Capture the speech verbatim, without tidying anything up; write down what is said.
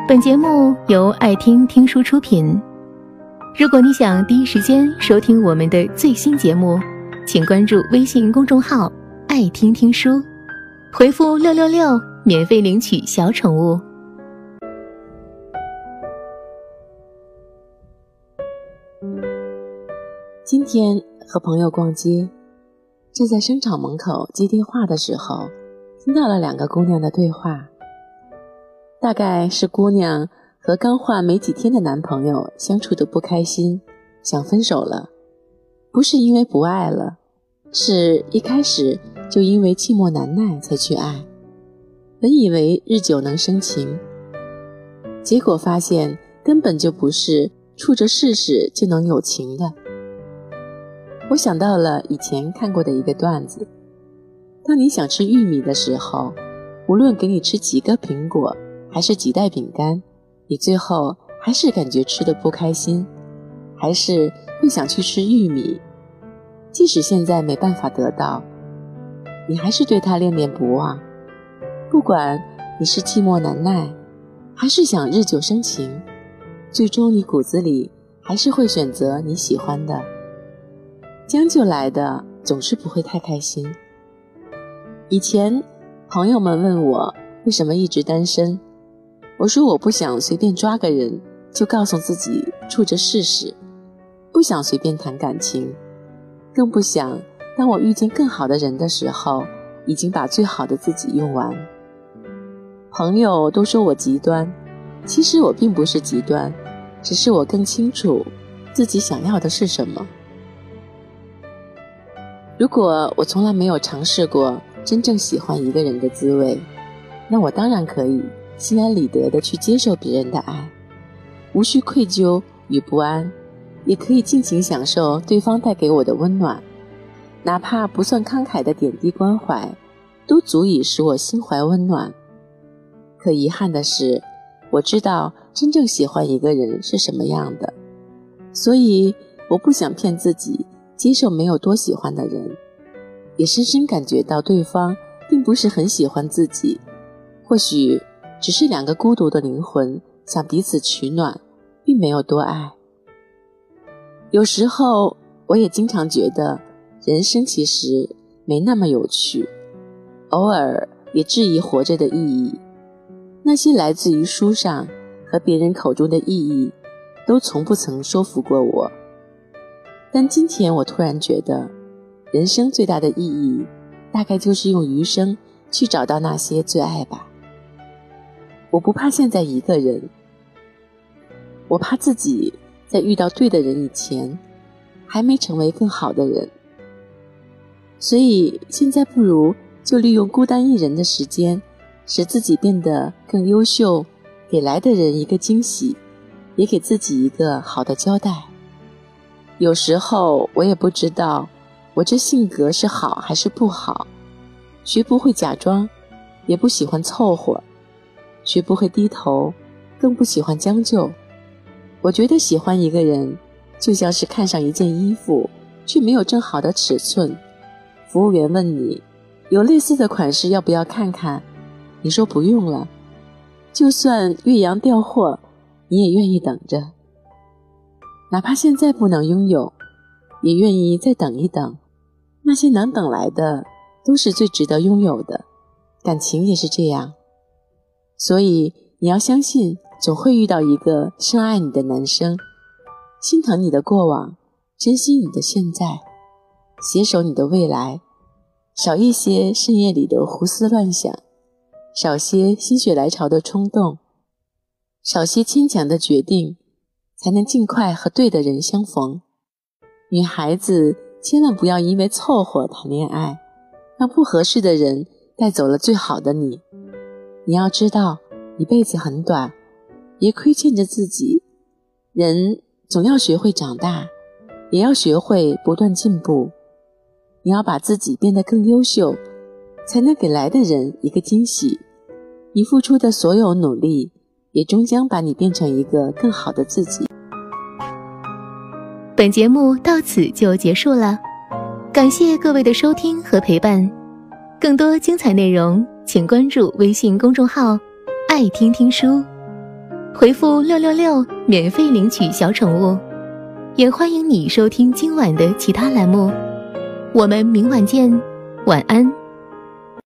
本节目由爱听听书出品。如果你想第一时间收听我们的最新节目，请关注微信公众号爱听听书，回复六六六免费领取小宠物。 今天和朋友逛街，站在商场门口接电话的时候，听到了两个姑娘的对话。大概是姑娘和刚换没几天的男朋友相处得不开心，想分手了。不是因为不爱了，是一开始就因为寂寞难耐才去爱。本以为日久能生情，结果发现根本就不是处着试试就能有情的。我想到了以前看过的一个段子，当你想吃玉米的时候，无论给你吃几个苹果还是几袋饼干，你最后还是感觉吃得不开心，还是会想去吃玉米。即使现在没办法得到，你还是对它恋恋不忘。不管你是寂寞难耐，还是想日久生情，最终你骨子里还是会选择你喜欢的。将就来的总是不会太开心。以前朋友们问我为什么一直单身，我说我不想随便抓个人就告诉自己处着试试，不想随便谈感情，更不想当我遇见更好的人的时候已经把最好的自己用完。朋友都说我极端，其实我并不是极端，只是我更清楚自己想要的是什么。如果我从来没有尝试过真正喜欢一个人的滋味，那我当然可以心安理得地去接受别人的爱，无需愧疚与不安，也可以尽情享受对方带给我的温暖，哪怕不算慷慨的点滴关怀，都足以使我心怀温暖。可遗憾的是，我知道真正喜欢一个人是什么样的，所以我不想骗自己接受没有多喜欢的人，也深深感觉到对方并不是很喜欢自己，或许只是两个孤独的灵魂想彼此取暖，并没有多爱。有时候我也经常觉得人生其实没那么有趣，偶尔也质疑活着的意义。那些来自于书上和别人口中的意义，都从不曾说服过我。但今天我突然觉得，人生最大的意义，大概就是用余生去找到那些最爱吧。我不怕现在一个人，我怕自己在遇到对的人以前，还没成为更好的人。所以现在不如就利用孤单一人的时间，使自己变得更优秀，给来的人一个惊喜，也给自己一个好的交代。有时候我也不知道我这性格是好还是不好，学不会假装，也不喜欢凑合，学不会低头，更不喜欢将就。我觉得喜欢一个人，就像是看上一件衣服，却没有正好的尺寸。服务员问你，有类似的款式要不要看看？你说不用了。就算越洋调货，你也愿意等着。哪怕现在不能拥有，也愿意再等一等。那些能等来的，都是最值得拥有的。感情也是这样。所以你要相信，总会遇到一个深爱你的男生，心疼你的过往，珍惜你的现在，携手你的未来。少一些深夜里的胡思乱想，少些心血来潮的冲动，少些牵强的决定，才能尽快和对的人相逢。女孩子千万不要因为凑合谈恋爱，让不合适的人带走了最好的你。你要知道，一辈子很短，别亏欠着自己。人总要学会长大，也要学会不断进步。你要把自己变得更优秀，才能给来的人一个惊喜。你付出的所有努力，也终将把你变成一个更好的自己。 本节目到此就结束了，感谢各位的收听和陪伴。更多精彩内容，请关注微信公众号“爱听听书”。 回复六六六免费领取小宠物。也欢迎你收听今晚的其他栏目，我们明晚见，晚安。